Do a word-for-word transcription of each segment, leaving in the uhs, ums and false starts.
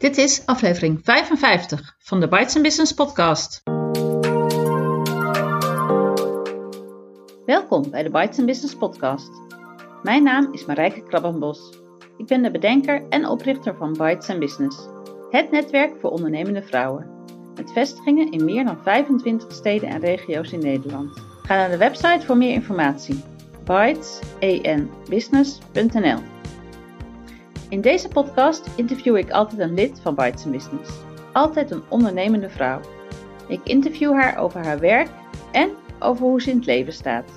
Dit is aflevering vijfenvijftig van de Bites and Business podcast. Welkom bij de Bites and Business podcast. Mijn naam is Marijke Krabbenbos. Ik ben de bedenker en oprichter van Bites and Business, het netwerk voor ondernemende vrouwen. Met vestigingen in meer dan vijfentwintig steden en regio's in Nederland. Ga naar de website voor meer informatie: bites business punt n l. In deze podcast interview ik altijd een lid van Bites and Business. Altijd een ondernemende vrouw. Ik interview haar over haar werk en over hoe ze in het leven staat.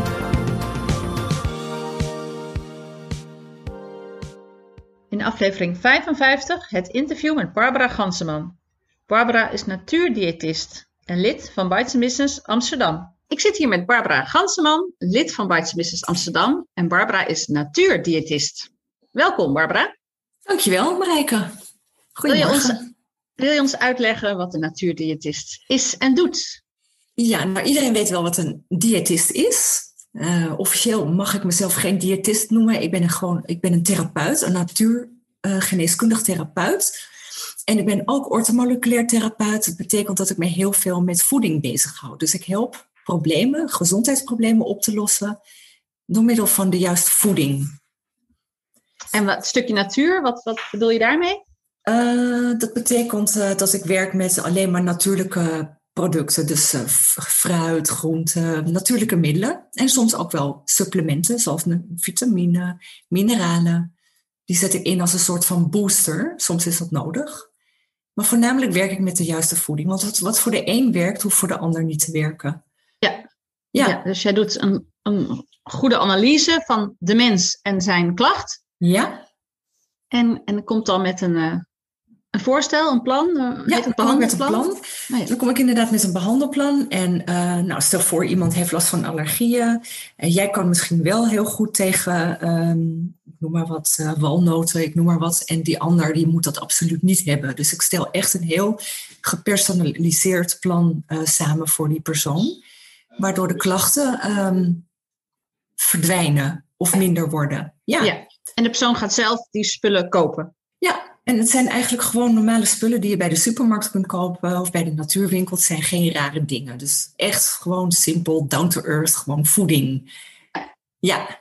In aflevering vijfenvijftig het interview met Barbara Ganseman. Barbara is natuurdiëtist en lid van Bites and Business Amsterdam. Ik zit hier met Barbara Ganseman, lid van Bites and Business Amsterdam. En Barbara is natuurdiëtist. Welkom, Barbara. Dankjewel, Marijke. Goedemorgen. Wil je ons, wil je ons uitleggen wat een natuurdiëtist is en doet? Ja, nou iedereen weet wel wat een diëtist is. Uh, officieel mag ik mezelf geen diëtist noemen. Ik ben een, gewoon, ik ben een therapeut, een natuurgeneeskundig uh, therapeut. En ik ben ook orthomoleculair therapeut. Dat betekent dat ik me heel veel met voeding bezighoud. Dus ik help problemen, gezondheidsproblemen op te lossen door middel van de juiste voeding. En wat stukje natuur, wat, wat bedoel je daarmee? Uh, dat betekent uh, dat ik werk met alleen maar natuurlijke producten. Dus uh, fruit, groenten, natuurlijke middelen. En soms ook wel supplementen, zoals vitamine, mineralen. Die zet ik in als een soort van booster. Soms is dat nodig. Maar voornamelijk werk ik met de juiste voeding. Want wat, wat voor de een werkt, hoeft voor de ander niet te werken. Ja, ja. ja dus jij doet een, een goede analyse van de mens en zijn klacht. Ja. En, en komt dan met een, uh, een voorstel, een plan? Uh, ja, een dan kom ik met een plan. Oh, ja. Dan kom ik inderdaad met een behandelplan. En uh, nou, stel voor, iemand heeft last van allergieën. Uh, jij kan misschien wel heel goed tegen, um, ik noem maar wat, uh, walnoten, ik noem maar wat. En die ander, die moet dat absoluut niet hebben. Dus ik stel echt een heel gepersonaliseerd plan uh, samen voor die persoon. Waardoor de klachten um, verdwijnen of minder worden. Ja. ja. En de persoon gaat zelf die spullen kopen? Ja, en het zijn eigenlijk gewoon normale spullen die je bij de supermarkt kunt kopen of bij de natuurwinkel. Het zijn geen rare dingen. Dus echt gewoon simpel, down to earth, gewoon voeding. Ja.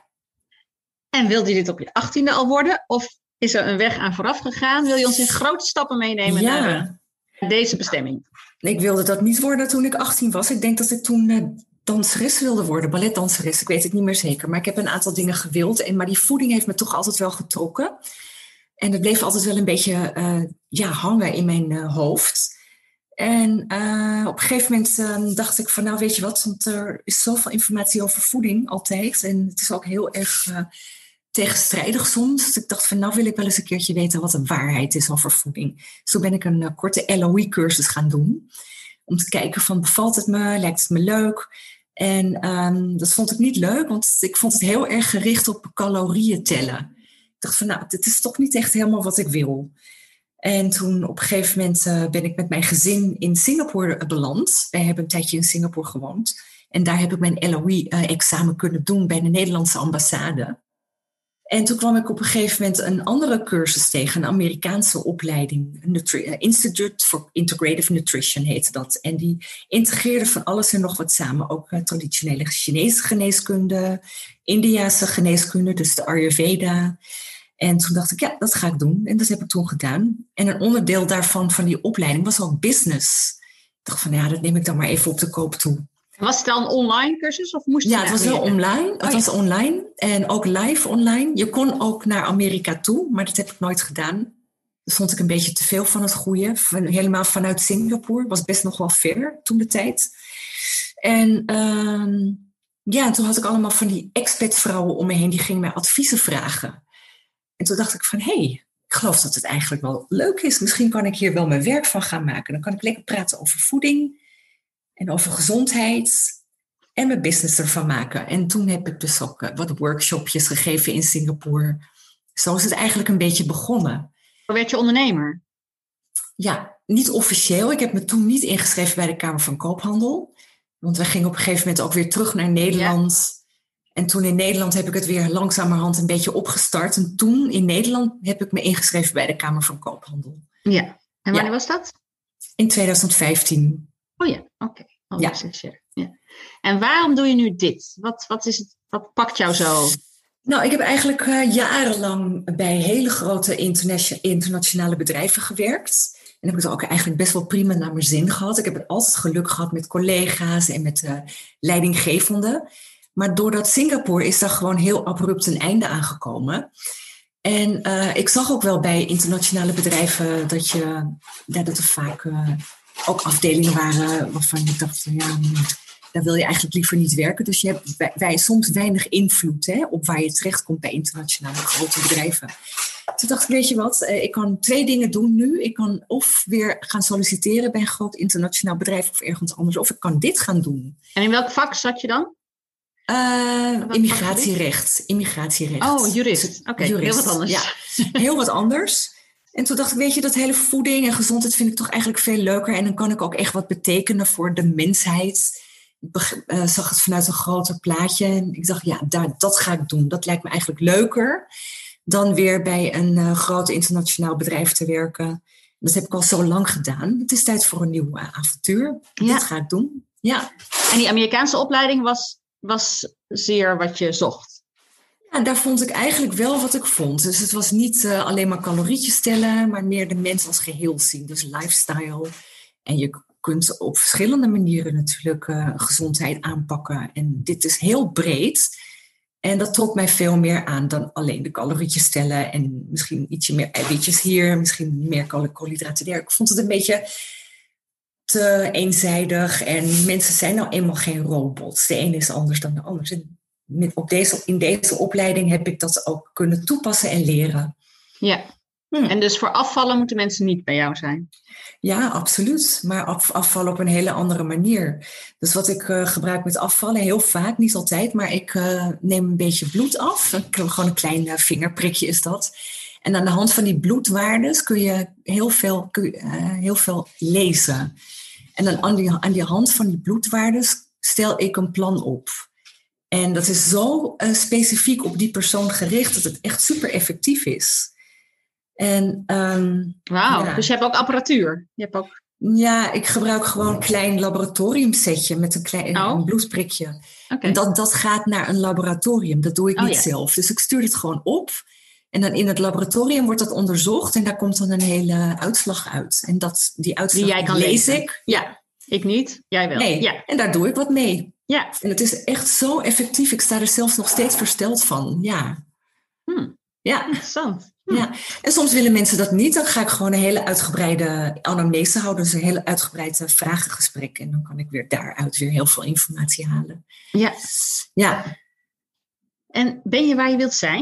En wilde je dit op je achttiende al worden? Of is er een weg aan vooraf gegaan? Wil je ons in grote stappen meenemen ja. naar uh, deze bestemming? Ik wilde dat niet worden toen ik achttien was. Ik denk dat ik toen uh, danseres wilde worden, balletdanseres. Ik weet het niet meer zeker. Maar ik heb een aantal dingen gewild. En, maar die voeding heeft me toch altijd wel getrokken. En het bleef altijd wel een beetje uh, ja, hangen in mijn uh, hoofd. En uh, op een gegeven moment uh, dacht ik van nou weet je wat, want er is zoveel informatie over voeding altijd. En het is ook heel erg uh, tegenstrijdig soms. Dus ik dacht van nou wil ik wel eens een keertje weten wat de waarheid is over voeding. Dus toen ben ik een uh, korte L O I-cursus gaan doen. Om te kijken van bevalt het me, lijkt het me leuk. En um, dat vond ik niet leuk, want ik vond het heel erg gericht op calorieën tellen. Ik dacht van nou, dit is toch niet echt helemaal wat ik wil. En toen op een gegeven moment uh, ben ik met mijn gezin in Singapore beland. Wij hebben een tijdje in Singapore gewoond. En daar heb ik mijn L O I-examen kunnen doen bij de Nederlandse ambassade. En toen kwam ik op een gegeven moment een andere cursus tegen, een Amerikaanse opleiding. Nutri- Institute for Integrative Nutrition heette dat. En die integreerde van alles en nog wat samen. Ook uh, traditionele Chinese geneeskunde, Indiase geneeskunde, dus de Ayurveda. En toen dacht ik, ja, dat ga ik doen. En dat heb ik toen gedaan. En een onderdeel daarvan, van die opleiding, was ook business. Ik dacht van, ja, dat neem ik dan maar even op de koop toe. Was het dan een online cursus of moest je? Ja, het was wel online. Het oh, was ja. online en ook live online. Je kon ook naar Amerika toe, maar dat heb ik nooit gedaan. Dat vond ik een beetje te veel van het goede. Van, helemaal vanuit Singapore. Was best nog wel ver toen de tijd. En uh, ja, toen had ik allemaal van die expatvrouwen om me heen. Die gingen mij adviezen vragen. En toen dacht ik van, hé, hey, ik geloof dat het eigenlijk wel leuk is. Misschien kan ik hier wel mijn werk van gaan maken. Dan kan ik lekker praten over voeding en over gezondheid en mijn business ervan maken. En toen heb ik dus ook uh, wat workshopjes gegeven in Singapore. Zo is het eigenlijk een beetje begonnen. Werd je ondernemer? Ja, niet officieel. Ik heb me toen niet ingeschreven bij de Kamer van Koophandel. Want we gingen op een gegeven moment ook weer terug naar Nederland. Ja. En toen in Nederland heb ik het weer langzamerhand een beetje opgestart. En toen in Nederland heb ik me ingeschreven bij de Kamer van Koophandel. Ja, en wanneer ja. was dat? In twintig vijftien. Oh ja, oké. Okay. Oh, ja. zes jaar. Ja. En waarom doe je nu dit? Wat, wat, is het, wat pakt jou zo? Nou, ik heb eigenlijk uh, jarenlang bij hele grote interna- internationale bedrijven gewerkt. En heb ik het ook eigenlijk best wel prima naar mijn zin gehad. Ik heb het altijd geluk gehad met collega's en met uh, leidinggevenden. Maar doordat Singapore is daar gewoon heel abrupt een einde aangekomen. En uh, ik zag ook wel bij internationale bedrijven dat, je, ja, dat er vaak uh, ook afdelingen waren waarvan ik dacht, ja, daar wil je eigenlijk liever niet werken. Dus je hebt wij, wij soms weinig invloed, hè, op waar je terechtkomt bij internationale grote bedrijven. Toen dacht ik, weet je wat, ik kan twee dingen doen nu. Ik kan of weer gaan solliciteren bij een groot internationaal bedrijf of ergens anders. Of ik kan dit gaan doen. En in welk vak zat je dan? Uh, immigratierecht. Immigratierecht. Oh, jurist. Oké, okay, heel wat anders. Ja, heel wat anders. En toen dacht ik, weet je, dat hele voeding en gezondheid vind ik toch eigenlijk veel leuker. En dan kan ik ook echt wat betekenen voor de mensheid. Ik uh, zag het vanuit een groter plaatje. En ik dacht, ja, daar, dat ga ik doen. Dat lijkt me eigenlijk leuker dan weer bij een uh, groot internationaal bedrijf te werken. Dat heb ik al zo lang gedaan. Het is tijd voor een nieuw uh, avontuur. Ja. Dit ga ik doen. Ja. En die Amerikaanse opleiding was, was zeer wat je zocht? Ja, daar vond ik eigenlijk wel wat ik vond. Dus het was niet uh, alleen maar calorietjes tellen, maar meer de mens als geheel zien. Dus lifestyle. En je kunt op verschillende manieren natuurlijk uh, gezondheid aanpakken. En dit is heel breed. En dat trok mij veel meer aan dan alleen de calorietjes tellen. En misschien ietsje meer eiwitjes hier, misschien meer koolhydraten daar. Ik vond het een beetje te eenzijdig. En mensen zijn nou eenmaal geen robots. De ene is anders dan de ander. En met op deze, in deze opleiding heb ik dat ook kunnen toepassen en leren. Ja, hm. En dus voor afvallen moeten mensen niet bij jou zijn? Ja, absoluut. Maar af, afvallen op een hele andere manier. Dus wat ik uh, gebruik met afvallen, heel vaak, niet altijd, maar ik uh, neem een beetje bloed af. Gewoon een klein uh, vingerprikje is dat. En aan de hand van die bloedwaardes kun je heel veel, kun je, uh, heel veel lezen. En dan aan die, aan die hand van die bloedwaardes stel ik een plan op. En dat is zo uh, specifiek op die persoon gericht dat het echt super effectief is. En, um, Wauw, ja. Dus je hebt ook apparatuur? Je hebt ook... Ja, ik gebruik gewoon een klein laboratoriumsetje met een klein oh. een bloedprikje. Okay. En dat, dat gaat naar een laboratorium, dat doe ik niet oh, ja. zelf. Dus ik stuur dit gewoon op. En dan in het laboratorium wordt dat onderzocht en daar komt dan een hele uitslag uit. En dat, die uitslag die jij kan lees lezen. ik. Ja, ik niet, jij wel. Nee, ja. En daar doe ik wat mee. Ja. En het is echt zo effectief, ik sta er zelfs nog steeds versteld van. Ja. Hmm. Ja. Interessant. Hm. Ja, en soms willen mensen dat niet. Dan ga ik gewoon een hele uitgebreide anamnese houden. Dus een hele uitgebreide vragengesprek. En dan kan ik weer daaruit weer heel veel informatie halen. Ja. Ja. En ben je waar je wilt zijn?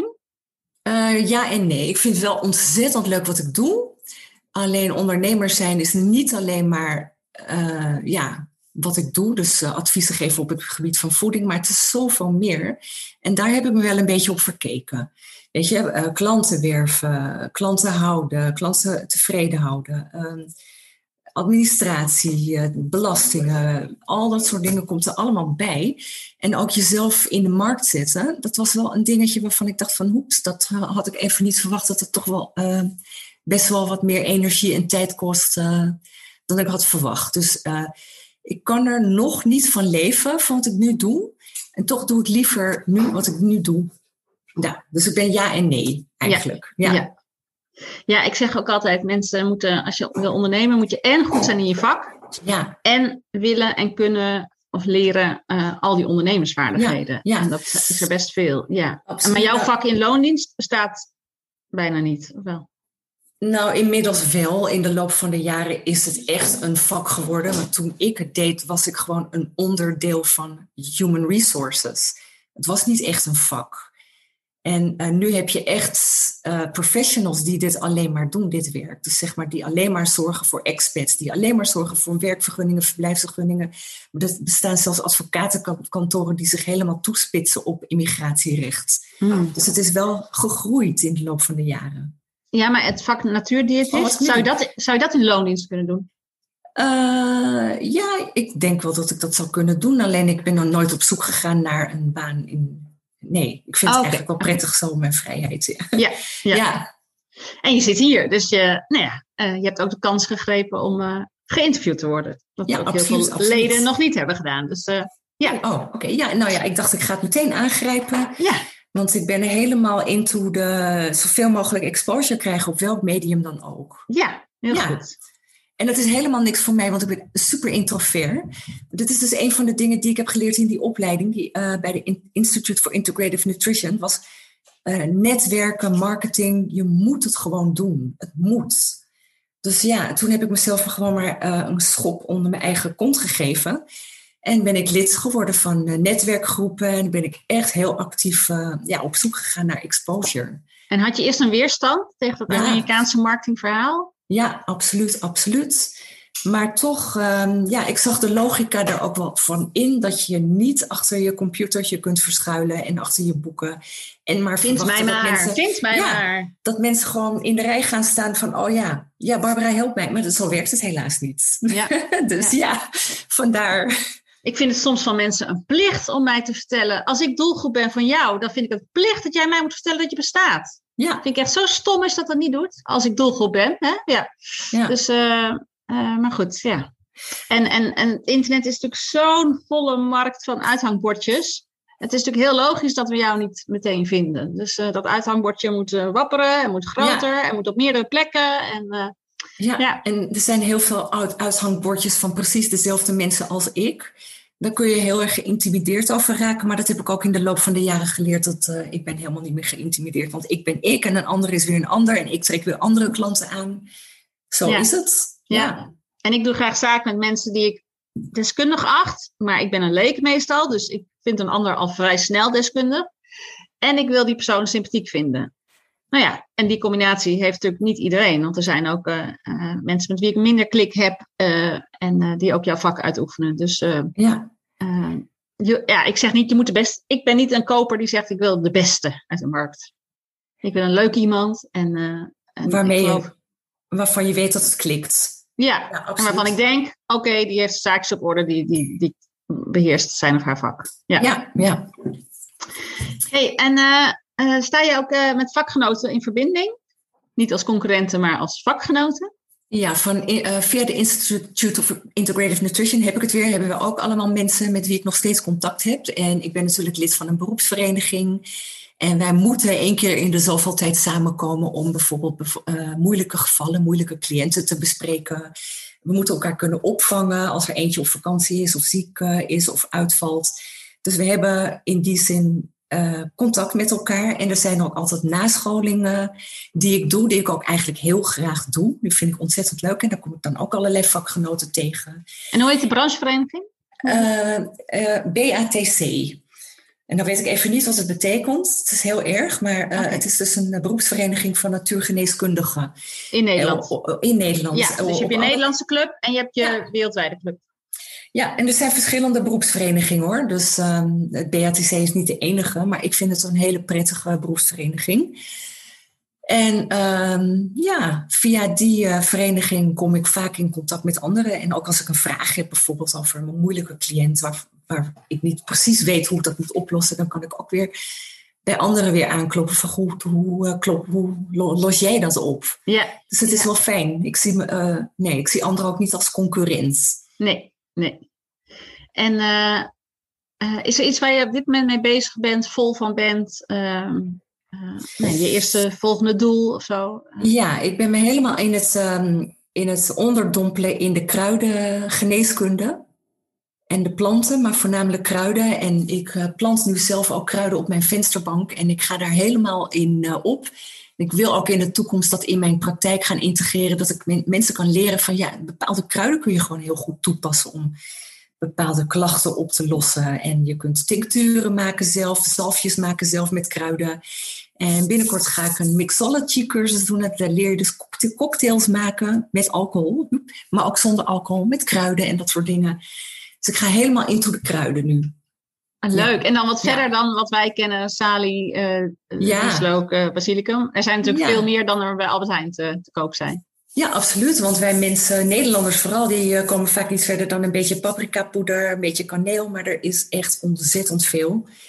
Uh, ja en nee. Ik vind het wel ontzettend leuk wat ik doe. Alleen ondernemer zijn is niet alleen maar uh, ja, wat ik doe. Dus uh, adviezen geven op het gebied van voeding. Maar het is zoveel meer. En daar heb ik me wel een beetje op verkeken. Weet je, uh, klanten werven, klanten houden, klanten tevreden houden, uh, administratie, uh, belastingen, al dat soort dingen komt er allemaal bij. En ook jezelf in de markt zetten, dat was wel een dingetje waarvan ik dacht van hoeps, dat uh, had ik even niet verwacht dat het toch wel uh, best wel wat meer energie en tijd kost uh, dan ik had verwacht. Dus uh, ik kan er nog niet van leven, van wat ik nu doe. En toch doe ik liever nu wat ik nu doe. Ja, dus ik ben ja en nee eigenlijk. Ja, ja. ja. ja ik zeg ook altijd, mensen moeten, als je wil ondernemen, moet je en goed zijn in je vak. Ja. En willen en kunnen of leren uh, al die ondernemersvaardigheden. Ja, ja. En dat is er best veel. Ja. Absoluut. Maar jouw vak in loondienst bestaat bijna niet, of wel? Nou, inmiddels wel. In de loop van de jaren is het echt een vak geworden. Maar toen ik het deed, was ik gewoon een onderdeel van human resources. Het was niet echt een vak. En uh, nu heb je echt uh, professionals die dit alleen maar doen, dit werk. Dus zeg maar die alleen maar zorgen voor expats, die alleen maar zorgen voor werkvergunningen, verblijfsvergunningen. Er bestaan zelfs advocatenkantoren die zich helemaal toespitsen op immigratierecht. Hmm. Dus het is wel gegroeid in de loop van de jaren. Ja, maar het vak natuurdiëtist, oh, zou, je dat, zou je dat in loondienst kunnen doen? Uh, ja, ik denk wel dat ik dat zou kunnen doen. Alleen ik ben nog nooit op zoek gegaan naar een baan in... Nee, ik vind oh, het okay. eigenlijk wel prettig okay. zo, mijn vrijheid. Ja. Ja, ja. ja. En je zit hier, dus je, nou ja, uh, je hebt ook de kans gegrepen om uh, geïnterviewd te worden. Dat ja, ook absoluut, heel veel absoluut. leden nog niet hebben gedaan. Dus uh, ja. Oh, oké. Okay. Ja, nou ja, ik dacht ik ga het meteen aangrijpen. Ja. Want ik ben helemaal into de zoveel mogelijk exposure krijgen op welk medium dan ook. Ja, heel ja. goed. En dat is helemaal niks voor mij, want ik ben super introvert. Dit is dus een van de dingen die ik heb geleerd in die opleiding die, uh, bij de Institute for Integrative Nutrition. Was uh, netwerken, marketing. Je moet het gewoon doen. Het moet. Dus ja, toen heb ik mezelf gewoon maar uh, een schop onder mijn eigen kont gegeven. En ben ik lid geworden van uh, netwerkgroepen. En ben ik echt heel actief uh, ja, op zoek gegaan naar exposure. En had je eerst een weerstand tegen dat ja. Amerikaanse marketingverhaal? Ja, absoluut, absoluut. Maar toch, um, ja, ik zag de logica er ook wel van in. Dat je niet achter je computertje kunt verschuilen en achter je boeken. En maar Vind mij maar, mensen, vind mij ja, maar. Dat mensen gewoon in de rij gaan staan van, oh ja, ja, Barbara helpt mij. Maar zo werkt het helaas niet. Ja. dus ja. ja, vandaar... Ik vind het soms van mensen een plicht om mij te vertellen. Als ik doelgroep ben van jou, dan vind ik het plicht dat jij mij moet vertellen dat je bestaat. Ja. Vind ik echt zo stom is dat dat niet doet. Als ik doelgroep ben. Hè? Ja. Ja. Dus, uh, uh, maar goed, ja. En, en, en het internet is natuurlijk zo'n volle markt van uithangbordjes. Het is natuurlijk heel logisch dat we jou niet meteen vinden. Dus uh, dat uithangbordje moet uh, wapperen en moet groter ja. en moet op meerdere plekken. En, uh, ja. ja, en er zijn heel veel uithangbordjes van precies dezelfde mensen als ik. Daar kun je heel erg geïntimideerd over raken. Maar dat heb ik ook in de loop van de jaren geleerd. Dat uh, ik ben helemaal niet meer geïntimideerd. Want ik ben ik en een ander is weer een ander. En ik trek weer andere klanten aan. Zo ja. is het. Ja. ja. En ik doe graag zaken met mensen die ik deskundig acht. Maar ik ben een leek meestal. Dus ik vind een ander al vrij snel deskundig. En ik wil die persoon sympathiek vinden. Nou ja, en die combinatie heeft natuurlijk niet iedereen. Want er zijn ook uh, uh, mensen met wie ik minder klik heb. Uh, en uh, die ook jouw vak uitoefenen. Dus uh, ja. Uh, je, ja, ik zeg niet, je moet de beste. Ik ben niet een koper die zegt, ik wil de beste uit de markt. Ik ben een leuk iemand. En, uh, en Waarmee geloof, je, waarvan je weet dat het klikt. Ja, ja en waarvan ik denk, oké, okay, die heeft zaakjes op orde. Die, die, die beheerst zijn of haar vak. Ja, ja. ja. Hey, en uh, uh, sta je ook uh, met vakgenoten in verbinding? Niet als concurrenten, maar als vakgenoten? Ja, van, uh, via de Institute of Integrative Nutrition heb ik het weer. Hebben we ook allemaal mensen met wie ik nog steeds contact heb. En ik ben natuurlijk lid van een beroepsvereniging. En wij moeten één keer in de zoveel tijd samenkomen om bijvoorbeeld bev- uh, moeilijke gevallen, moeilijke cliënten te bespreken. We moeten elkaar kunnen opvangen als er eentje op vakantie is of ziek uh, is of uitvalt. Dus we hebben in die zin uh, contact met elkaar. En er zijn ook altijd nascholingen die ik doe, die ik ook eigenlijk heel graag doe. Die vind ik ontzettend leuk en daar kom ik dan ook allerlei vakgenoten tegen. En hoe heet de branchevereniging? Uh, uh, B A T C. En dan weet ik even niet wat het betekent. Het is heel erg, maar uh, okay. Het is dus een beroepsvereniging van natuurgeneeskundigen. In Nederland? Uh, in Nederland. Ja, dus je hebt je alle... Nederlandse club en je hebt je ja. wereldwijde club. Ja, en er zijn verschillende beroepsverenigingen hoor. Dus um, het B A T C is niet de enige, maar ik vind het een hele prettige beroepsvereniging. En um, ja, via die uh, vereniging kom ik vaak in contact met anderen. En ook als ik een vraag heb, bijvoorbeeld over een moeilijke cliënt, waar, waar ik niet precies weet hoe ik dat moet oplossen, dan kan ik ook weer bij anderen weer aankloppen van hoe, hoe, uh, klop, hoe los jij dat op? Ja. Dus het is ja. wel fijn. Ik zie, me, uh, nee, ik zie anderen ook niet als concurrent. Nee, nee. En uh, uh, is er iets waar je op dit moment mee bezig bent, vol van bent? Uh, Uh, nee, je eerste volgende doel of zo? Ja, ik ben me helemaal in het, um, in het onderdompelen in de kruidengeneeskunde en de planten, maar voornamelijk kruiden. En ik uh, plant nu zelf ook kruiden op mijn vensterbank en ik ga daar helemaal in uh, op. Ik wil ook in de toekomst dat in mijn praktijk gaan integreren, dat ik men- mensen kan leren van ja, bepaalde kruiden kun je gewoon heel goed toepassen om bepaalde klachten op te lossen. En je kunt tincturen maken zelf, zalfjes maken zelf met kruiden. En binnenkort ga ik een mixology cursus doen. Daar leer je dus cocktails maken met alcohol. Maar ook zonder alcohol, met kruiden en dat soort dingen. Dus ik ga helemaal into de kruiden nu. Leuk. En dan wat verder ja. dan wat wij kennen. Salie, uh, ja. Bieslook, uh, basilicum. Er zijn natuurlijk ja. veel meer dan er bij Albert Heijn te, te koop zijn. Ja, absoluut. Want wij mensen, Nederlanders vooral, die uh, komen vaak niet verder dan een beetje paprikapoeder, een beetje kaneel. Maar er is echt ontzettend veel.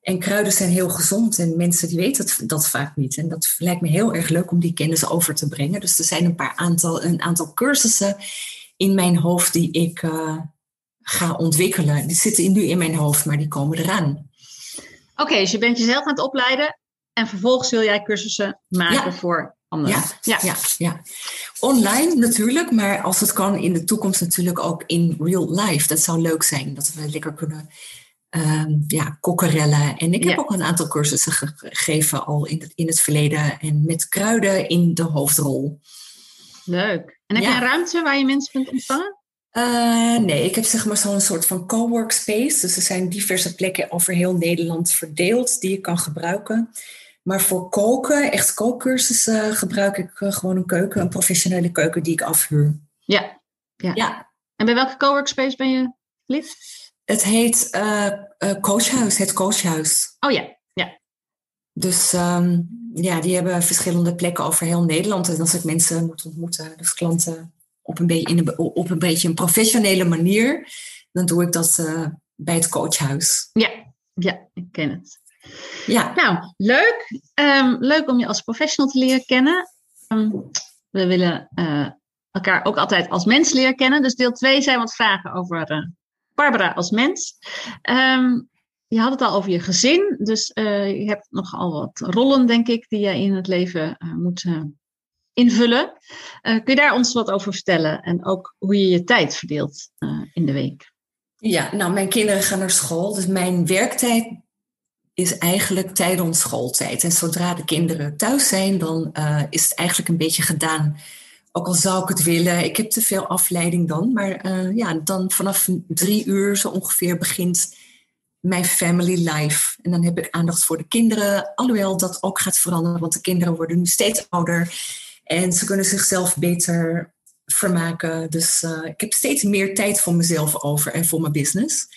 En kruiden zijn heel gezond en mensen die weten dat, dat vaak niet. En dat lijkt me heel erg leuk om die kennis over te brengen. Dus er zijn een paar aantal, een aantal cursussen in mijn hoofd die ik uh, ga ontwikkelen. Die zitten nu in mijn hoofd, maar die komen eraan. Oké, okay, dus je bent jezelf aan het opleiden en vervolgens wil jij cursussen maken ja. voor anderen. Ja, ja. Ja, ja. Online natuurlijk, maar als het kan in de toekomst natuurlijk ook in real life. Dat zou leuk zijn, dat we lekker kunnen um, ja, kokkerellen. En ik heb ja. ook een aantal cursussen gegeven al in het, in het verleden en met kruiden in de hoofdrol. Leuk. En heb ja. je een ruimte waar je mensen kunt ontvangen? Uh, nee, ik heb zeg maar zo'n soort van coworkspace. Dus er zijn diverse plekken over heel Nederland verdeeld die je kan gebruiken. Maar voor koken, echt kookcursussen, gebruik ik uh, gewoon een keuken, een professionele keuken die ik afhuur. Ja, ja. ja. En bij welke coworkspace ben je lid? Het heet uh, uh, Coachhuis, het Coachhuis. Oh ja, ja. Dus um, ja, die hebben verschillende plekken over heel Nederland. En als ik mensen moet ontmoeten, dus klanten, op een, beetje, in een, op een beetje een professionele manier, dan doe ik dat uh, bij het Coachhuis. Ja, ja, ik ken het. Ja. Nou, leuk. Um, leuk om je als professional te leren kennen. Um, we willen uh, elkaar ook altijd als mens leren kennen. Dus deel twee zijn wat vragen over uh, Barbara als mens. Um, je had het al over je gezin. Dus uh, je hebt nogal wat rollen, denk ik, die je in het leven uh, moet uh, invullen. Uh, kun je daar ons wat over vertellen? En ook hoe je je tijd verdeelt uh, in de week? Ja, nou, mijn kinderen gaan naar school. Dus mijn werktijd is eigenlijk tijdens schooltijd. En zodra de kinderen thuis zijn, dan uh, is het eigenlijk een beetje gedaan. Ook al zou ik het willen. Ik heb te veel afleiding dan. Maar uh, ja, dan vanaf drie uur zo ongeveer begint mijn family life. En dan heb ik aandacht voor de kinderen. Alhoewel dat ook gaat veranderen. Want de kinderen worden nu steeds ouder. En ze kunnen zichzelf beter vermaken. Dus uh, ik heb steeds meer tijd voor mezelf over en voor mijn business.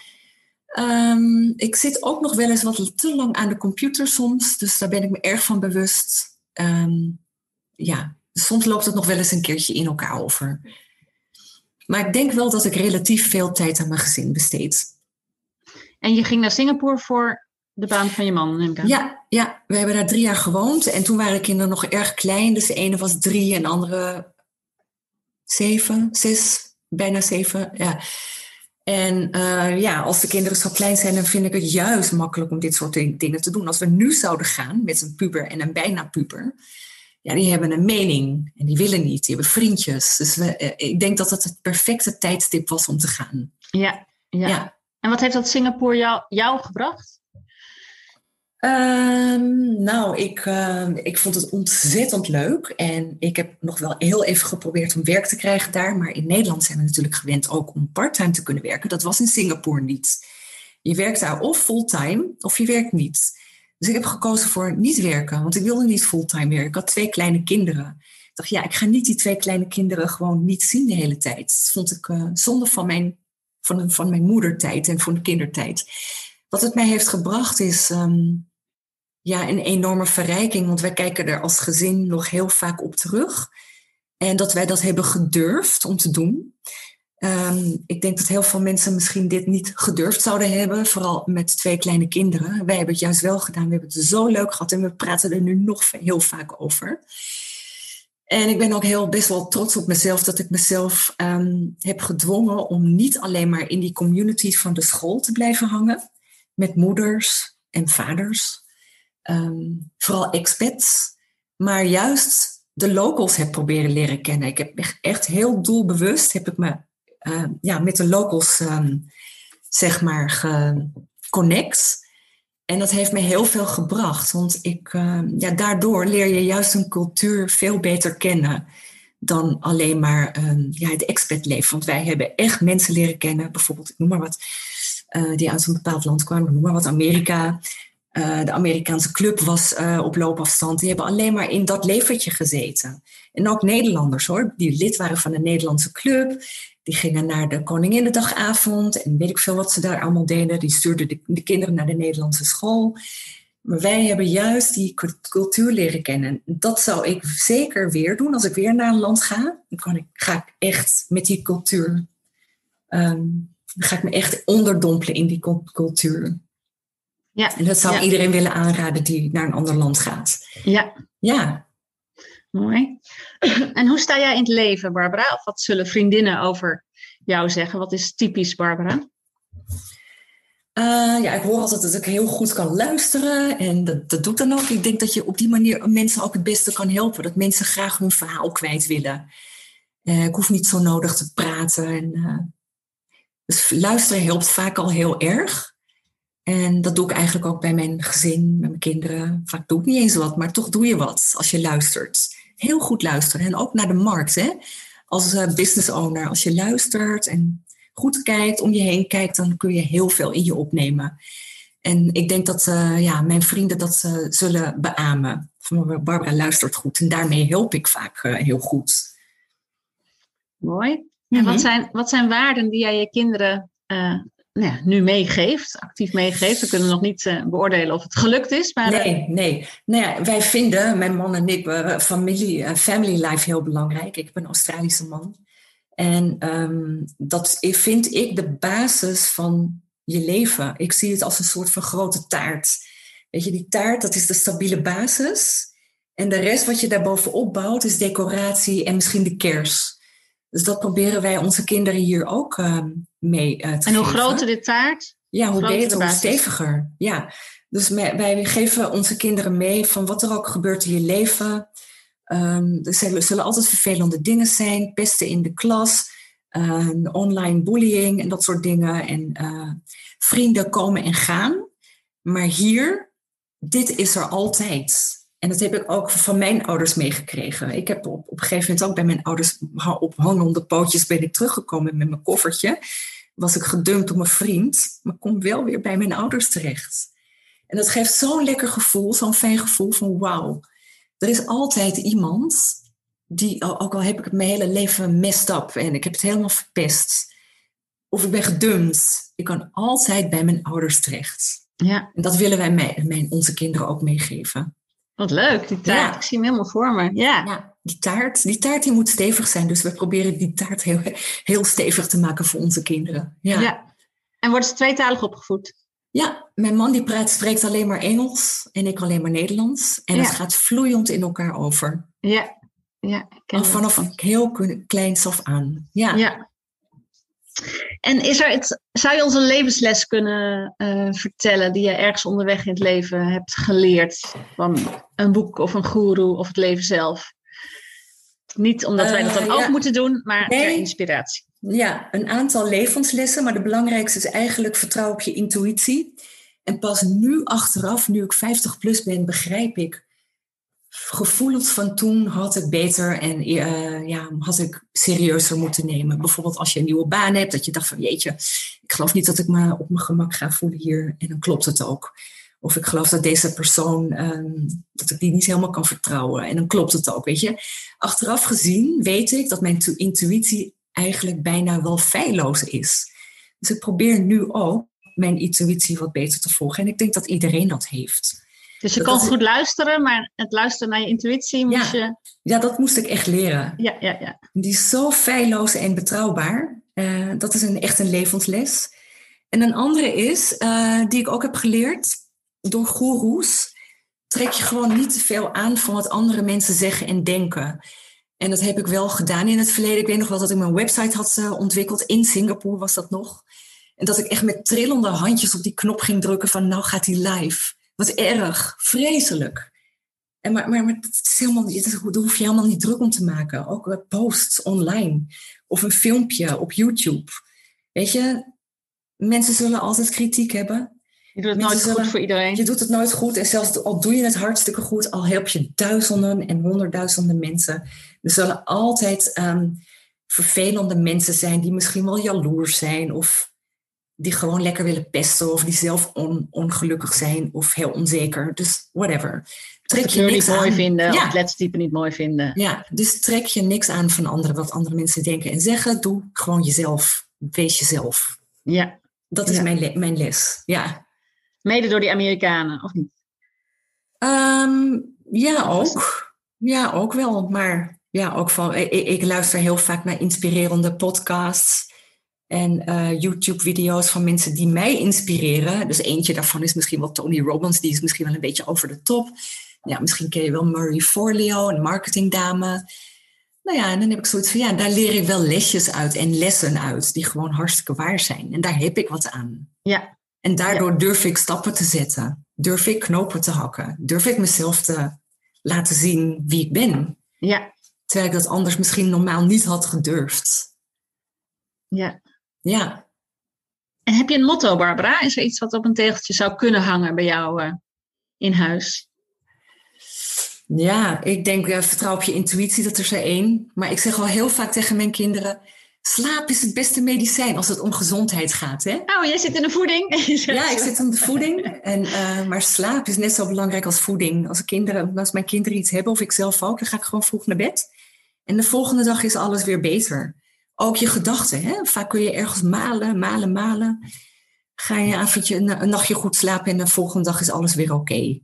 Um, ik zit ook nog wel eens wat te lang aan de computer soms. Dus daar ben ik me erg van bewust. Um, ja, soms loopt het nog wel eens een keertje in elkaar over. Maar ik denk wel dat ik relatief veel tijd aan mijn gezin besteed. En je ging naar Singapore voor de baan van je man, neem ik aan? Ja, ja, we hebben daar drie jaar gewoond. En toen waren de kinderen nog erg klein. Dus de ene was drie en de andere zeven, zes, bijna zeven. Ja. En uh, ja, als de kinderen zo klein zijn, dan vind ik het juist makkelijk om dit soort dingen te doen. Als we nu zouden gaan met een puber en een bijna puber, ja, die hebben een mening en die willen niet, die hebben vriendjes. Dus we, uh, ik denk dat dat het perfecte tijdstip was om te gaan. Ja, ja. ja. En wat heeft dat Singapore jou, jou gebracht? Um, nou, ik, uh, ik vond het ontzettend leuk. En ik heb nog wel heel even geprobeerd om werk te krijgen daar. Maar in Nederland zijn we natuurlijk gewend ook om parttime te kunnen werken. Dat was in Singapore niet. Je werkt daar of fulltime of je werkt niet. Dus ik heb gekozen voor niet werken. Want ik wilde niet fulltime werken. Ik had twee kleine kinderen. Ik dacht, ja, ik ga niet die twee kleine kinderen gewoon niet zien de hele tijd. Dat vond ik uh, zonde van mijn, van, van mijn moedertijd en van de kindertijd. Wat het mij heeft gebracht is um, ja, een enorme verrijking. Want wij kijken er als gezin nog heel vaak op terug. En dat wij dat hebben gedurfd om te doen. Um, ik denk dat heel veel mensen misschien dit niet gedurfd zouden hebben. Vooral met twee kleine kinderen. Wij hebben het juist wel gedaan. We hebben het zo leuk gehad. En we praten er nu nog heel vaak over. En ik ben ook heel best wel trots op mezelf. Dat ik mezelf um, heb gedwongen om niet alleen maar in die community van de school te blijven hangen. Met moeders en vaders. Um, vooral expats. Maar juist de locals heb proberen leren kennen. Ik heb echt, echt heel doelbewust heb ik me uh, ja, met de locals um, zeg maar geconnect. En dat heeft me heel veel gebracht. Want ik, uh, ja, daardoor leer je juist een cultuur veel beter kennen dan alleen maar um, ja, het expatleven. Want wij hebben echt mensen leren kennen. Bijvoorbeeld, ik noem maar wat, uh, die uit een bepaald land kwamen. Ik noem maar wat, Amerika. Uh, de Amerikaanse club was uh, op loopafstand. Die hebben alleen maar in dat leventje gezeten. En ook Nederlanders hoor, die lid waren van de Nederlandse club. Die gingen naar de Koninginnedagavond en weet ik veel wat ze daar allemaal deden. Die stuurden de, de kinderen naar de Nederlandse school. Maar wij hebben juist die cultuur leren kennen. Dat zou ik zeker weer doen. Als ik weer naar een land ga, dan kan ik, ga ik echt met die cultuur... Um, dan ga ik me echt onderdompelen in die cultuur. Ja. En dat zou ja. ik iedereen willen aanraden die naar een ander land gaat. Ja. Ja. Mooi. En hoe sta jij in het leven, Barbara? Of wat zullen vriendinnen over jou zeggen? Wat is typisch Barbara? Uh, ja, ik hoor altijd dat ik heel goed kan luisteren. En dat, dat doe ik dan ook. Ik denk dat je op die manier mensen ook het beste kan helpen. Dat mensen graag hun verhaal kwijt willen. Uh, ik hoef niet zo nodig te praten. En, uh, dus luisteren helpt vaak al heel erg. En dat doe ik eigenlijk ook bij mijn gezin, met mijn kinderen. Vaak doe ik niet eens wat, maar toch doe je wat als je luistert. Heel goed luisteren. En ook naar de markt, hè? Als uh, business owner. Als je luistert en goed kijkt, om je heen kijkt, dan kun je heel veel in je opnemen. En ik denk dat uh, ja, mijn vrienden dat uh, zullen beamen. Van Barbara luistert goed. En daarmee help ik vaak uh, heel goed. Mooi. En mm-hmm. wat zijn, wat zijn waarden die jij je kinderen uh, nou ja, nu meegeeft, actief meegeeft? We kunnen nog niet uh, beoordelen of het gelukt is. Maar, uh... Nee, nee. Nou ja, wij vinden, mijn man en ik, uh, familie, uh, family life heel belangrijk. Ik heb een Australische man. En um, dat vind ik de basis van je leven. Ik zie het als een soort van grote taart. Weet je, die taart, dat is de stabiele basis. En de rest wat je daarbovenop bouwt, is decoratie en misschien de kers. Dus dat proberen wij onze kinderen hier ook uh, mee uh, te geven. En hoe groter de taart? Ja, hoe beter, hoe steviger. Ja. Dus wij geven onze kinderen mee van wat er ook gebeurt in je leven. Um, er zullen, zullen altijd vervelende dingen zijn. Pesten in de klas. Uh, online bullying en dat soort dingen. En uh, vrienden komen en gaan. Maar hier, dit is er altijd. En dat heb ik ook van mijn ouders meegekregen. Ik heb op, op een gegeven moment ook bij mijn ouders op hangende pootjes ben ik teruggekomen met mijn koffertje. Was ik gedumpt door mijn vriend. Maar kom wel weer bij mijn ouders terecht. En dat geeft zo'n lekker gevoel, zo'n fijn gevoel van wauw. Er is altijd iemand die, ook al heb ik het mijn hele leven messed up en ik heb het helemaal verpest. Of ik ben gedumpt. Ik kan altijd bij mijn ouders terecht. Ja. En dat willen wij mijn, mijn, onze kinderen ook meegeven. Wat leuk, die taart. Ja. Ik zie hem helemaal voor me. Ja, ja die, taart, die taart die moet stevig zijn. Dus we proberen die taart heel, heel stevig te maken voor onze kinderen. Ja. ja. En worden ze tweetalig opgevoed? Ja, mijn man die praat, spreekt alleen maar Engels en ik alleen maar Nederlands. En ja. het gaat vloeiend in elkaar over. Ja, ja. Al vanaf heel kleins af aan. Ja. ja. En is er het, zou je ons een levensles kunnen uh, vertellen die je ergens onderweg in het leven hebt geleerd? Van een boek of een goeroe of het leven zelf? Niet omdat wij dat dan uh, ook ja. moeten doen, maar nee. ter inspiratie. Ja, een aantal levenslessen, maar de belangrijkste is eigenlijk vertrouw op je intuïtie. En pas nu achteraf, nu ik vijftig plus ben, begrijp ik, gevoelens van toen had ik beter en uh, ja, had ik serieuzer moeten nemen. Bijvoorbeeld als je een nieuwe baan hebt, dat je dacht van jeetje, ik geloof niet dat ik me op mijn gemak ga voelen hier. En dan klopt het ook. Of ik geloof dat deze persoon, um, dat ik die niet helemaal kan vertrouwen. En dan klopt het ook, weet je. Achteraf gezien weet ik dat mijn intuïtie eigenlijk bijna wel feilloos is. Dus ik probeer nu ook mijn intuïtie wat beter te volgen. En ik denk dat iedereen dat heeft. Dus je dat kan dat goed luisteren, maar het luisteren naar je intuïtie moest ja, je... Ja, dat moest ik echt leren. Ja, ja, ja. Die is zo feilloos en betrouwbaar. Uh, dat is een, echt een levensles. En een andere is, uh, die ik ook heb geleerd door goeroes. Trek je gewoon niet te veel aan van wat andere mensen zeggen en denken. En dat heb ik wel gedaan in het verleden. Ik weet nog wel dat ik mijn website had uh, ontwikkeld. In Singapore was dat nog. En dat ik echt met trillende handjes op die knop ging drukken van nou gaat die live. Wat erg, vreselijk. En maar, maar, maar het is helemaal, daar hoef je helemaal niet druk om te maken. Ook uh, posts online. Of een filmpje op YouTube. Weet je, mensen zullen altijd kritiek hebben. Je doet het mensen nooit zullen, goed voor iedereen. Je doet het nooit goed. En zelfs al doe je het hartstikke goed, al help je duizenden en honderdduizenden mensen. Er zullen altijd um, vervelende mensen zijn die misschien wel jaloers zijn. Of die gewoon lekker willen pesten. Of die zelf on, ongelukkig zijn of heel onzeker. Dus whatever. Trek het je niks niet aan. mooi vinden. Ja. Of het lettertype niet mooi vinden. Ja, dus trek je niks aan van anderen. Wat andere mensen denken en zeggen. Doe gewoon jezelf. Wees jezelf. Ja. Dat is ja. mijn, le- mijn les. Ja. Mede door die Amerikanen, of niet? Um, ja, ook. Ja, ook wel. Maar ja, ook van, ik, ik luister heel vaak naar inspirerende podcasts. En uh, YouTube-video's van mensen die mij inspireren. Dus eentje daarvan is misschien wel Tony Robbins. Die is misschien wel een beetje over de top. Ja, misschien ken je wel Marie Forleo, een marketingdame. Nou ja, en dan heb ik zoiets van, ja, daar leer ik wel lesjes uit en lessen uit. Die gewoon hartstikke waar zijn. En daar heb ik wat aan. Ja. En daardoor ja. durf ik stappen te zetten. Durf ik knopen te hakken. Durf ik mezelf te laten zien wie ik ben. Ja. Terwijl ik dat anders misschien normaal niet had gedurfd. Ja. Ja. En heb je een motto, Barbara? Is er iets wat op een tegeltje zou kunnen hangen bij jou uh, in huis? Ja, ik denk, uh, vertrouw op je intuïtie, dat is er één. Maar ik zeg al heel vaak tegen mijn kinderen, slaap is het beste medicijn als het om gezondheid gaat. Hè? Oh, jij zit in de voeding? Ja, ik zit in de voeding. En, uh, maar slaap is net zo belangrijk als voeding. Als, kinderen, als mijn kinderen iets hebben, of ik zelf ook, dan ga ik gewoon vroeg naar bed. En de volgende dag is alles weer beter. Ook je gedachten. Hè? Vaak kun je ergens malen, malen, malen. Ga je een avondje, een, een nachtje goed slapen en de volgende dag is alles weer oké. Okay.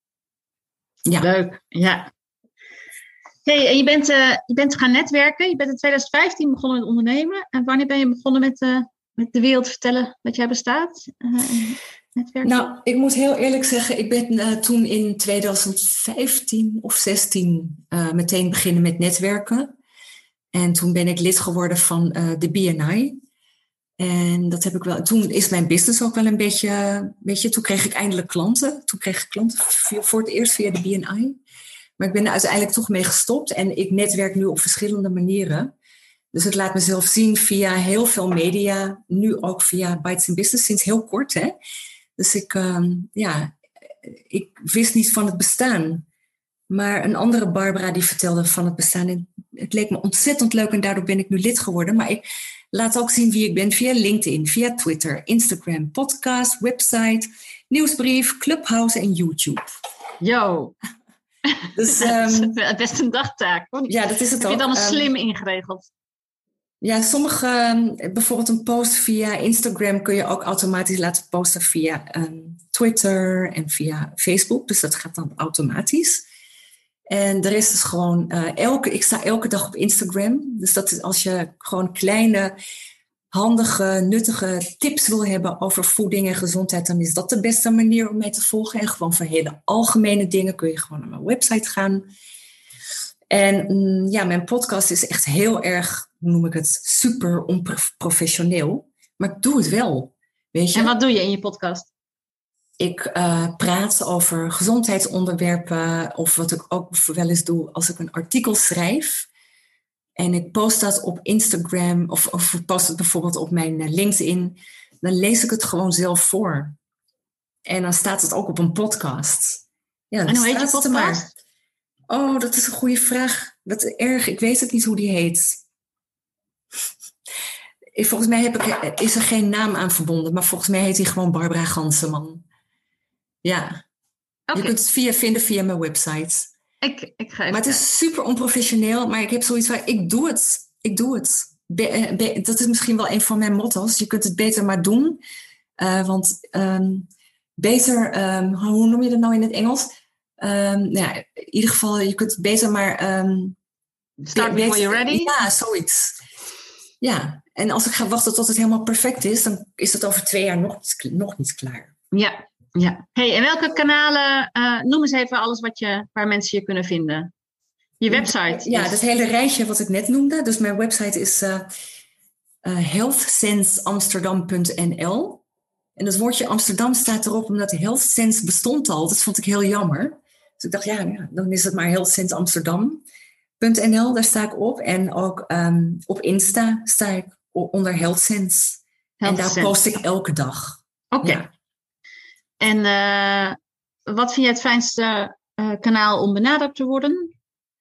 Ja. Leuk, ja. Hey, en je bent, uh, je bent gaan netwerken. Je bent in twintig vijftien begonnen met ondernemen. En wanneer ben je begonnen met, uh, met de wereld vertellen dat jij bestaat? Uh, netwerken? Nou, ik moet heel eerlijk zeggen, ik ben uh, toen in twintig vijftien of zestien uh, meteen beginnen met netwerken. En toen ben ik lid geworden van uh, de B N I. En dat heb ik wel. Toen is mijn business ook wel een beetje, weet je, toen kreeg ik eindelijk klanten. Toen kreeg ik klanten voor het eerst via de B N I. Maar ik ben er uiteindelijk toch mee gestopt. En ik netwerk nu op verschillende manieren. Dus ik laat mezelf zien via heel veel media. Nu ook via Bites in Business, sinds heel kort. Hè? Dus ik, um, ja, ik wist niet van het bestaan. Maar een andere Barbara die vertelde van het bestaan. En het leek me ontzettend leuk en daardoor ben ik nu lid geworden. Maar ik laat ook zien wie ik ben via LinkedIn, via Twitter, Instagram, podcast, website, nieuwsbrief, Clubhouse en YouTube. Yo. Dus, um, dat is best een dagtaak. Ja, dat is het Heb ook. je het allemaal Um, slim ingeregeld? Ja, sommige, um, bijvoorbeeld een post via Instagram kun je ook automatisch laten posten via um, Twitter en via Facebook. Dus dat gaat dan automatisch. En de rest is gewoon, uh, elke, ik sta elke dag op Instagram. Dus dat is als je gewoon kleine, handige, nuttige tips wil hebben over voeding en gezondheid, dan is dat de beste manier om mij te volgen. En gewoon voor hele algemene dingen kun je gewoon naar mijn website gaan. En mm, ja, mijn podcast is echt heel erg, hoe noem ik het, super onprofessioneel. Maar ik doe het wel, weet je. En wat doe je in je podcast? Ik uh, praat over gezondheidsonderwerpen of wat ik ook wel eens doe als ik een artikel schrijf. En ik post dat op Instagram of, of post het bijvoorbeeld op mijn LinkedIn. Dan lees ik het gewoon zelf voor. En dan staat het ook op een podcast. Ja, en hoe heet je podcast? Maar. Oh, dat is een goede vraag. Dat is erg. Ik weet het niet hoe die heet. Volgens mij heb ik, is er geen naam aan verbonden. Maar volgens mij heet hij gewoon Barbara Ganseman. Ja, okay. Je kunt het via vinden via mijn website. Ik, ik ga even maar het is super onprofessioneel, maar ik heb zoiets van, ik doe het. Ik doe het. Be, be, dat is misschien wel een van mijn motto's. Je kunt het beter maar doen. Uh, want um, beter, um, hoe noem je dat nou in het Engels? Um, nou ja, in ieder geval, je kunt het beter maar... Um, Start be, before you're ready? Ja, zoiets. Ja, en als ik ga wachten tot het helemaal perfect is, dan is het over twee jaar nog, nog niet klaar. Ja. Ja. Hey, en welke kanalen, uh, noem eens even alles wat je, waar mensen je kunnen vinden. Je website. Ja, is... dat hele rijtje wat ik net noemde. Dus mijn website is uh, uh, health sense amsterdam punt n l. En dat woordje Amsterdam staat erop omdat Health Sense bestond al. Dat vond ik heel jammer. Dus ik dacht, ja, ja dan is het maar health sense amsterdam punt n l. Daar sta ik op. En ook um, op Insta sta ik onder Health Sense. Health en daar Sense. Post ik elke dag. Oké. Okay. Ja. En uh, wat vind je het fijnste uh, kanaal om benaderd te worden?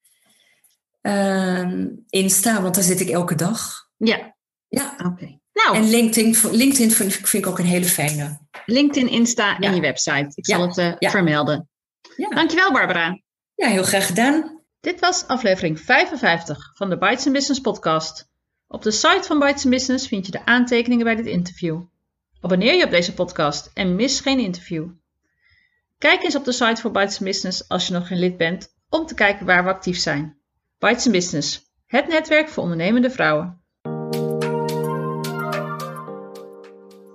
Uh, Insta, want daar zit ik elke dag. Ja. Ja. Oké. Okay. Nou. En LinkedIn, LinkedIn vind, vind ik ook een hele fijne. LinkedIn, Insta ja. en je website. Ik zal ja. het uh, ja. vermelden. Ja. Dankjewel, Barbara. Ja, heel graag gedaan. Dit was aflevering vijfenvijftig van de Bites in Business podcast. Op de site van Bites in Business vind je de aantekeningen bij dit interview. Abonneer je op deze podcast en mis geen interview. Kijk eens op de site voor Bites in Business als je nog geen lid bent, om te kijken waar we actief zijn. Bites in Business, het netwerk voor ondernemende vrouwen.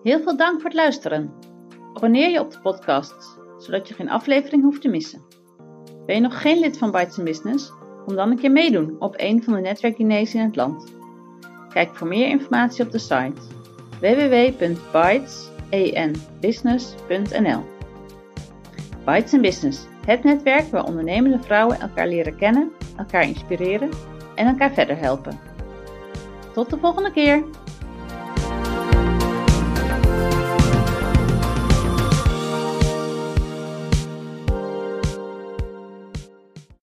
Heel veel dank voor het luisteren. Abonneer je op de podcast, zodat je geen aflevering hoeft te missen. Ben je nog geen lid van Bites and Business? Kom dan een keer meedoen op een van de netwerkdiners in het land. Kijk voor meer informatie op de site w w w punt bites and business punt n l. Bites and Business, het netwerk waar ondernemende vrouwen elkaar leren kennen, elkaar inspireren en elkaar verder helpen. Tot de volgende keer!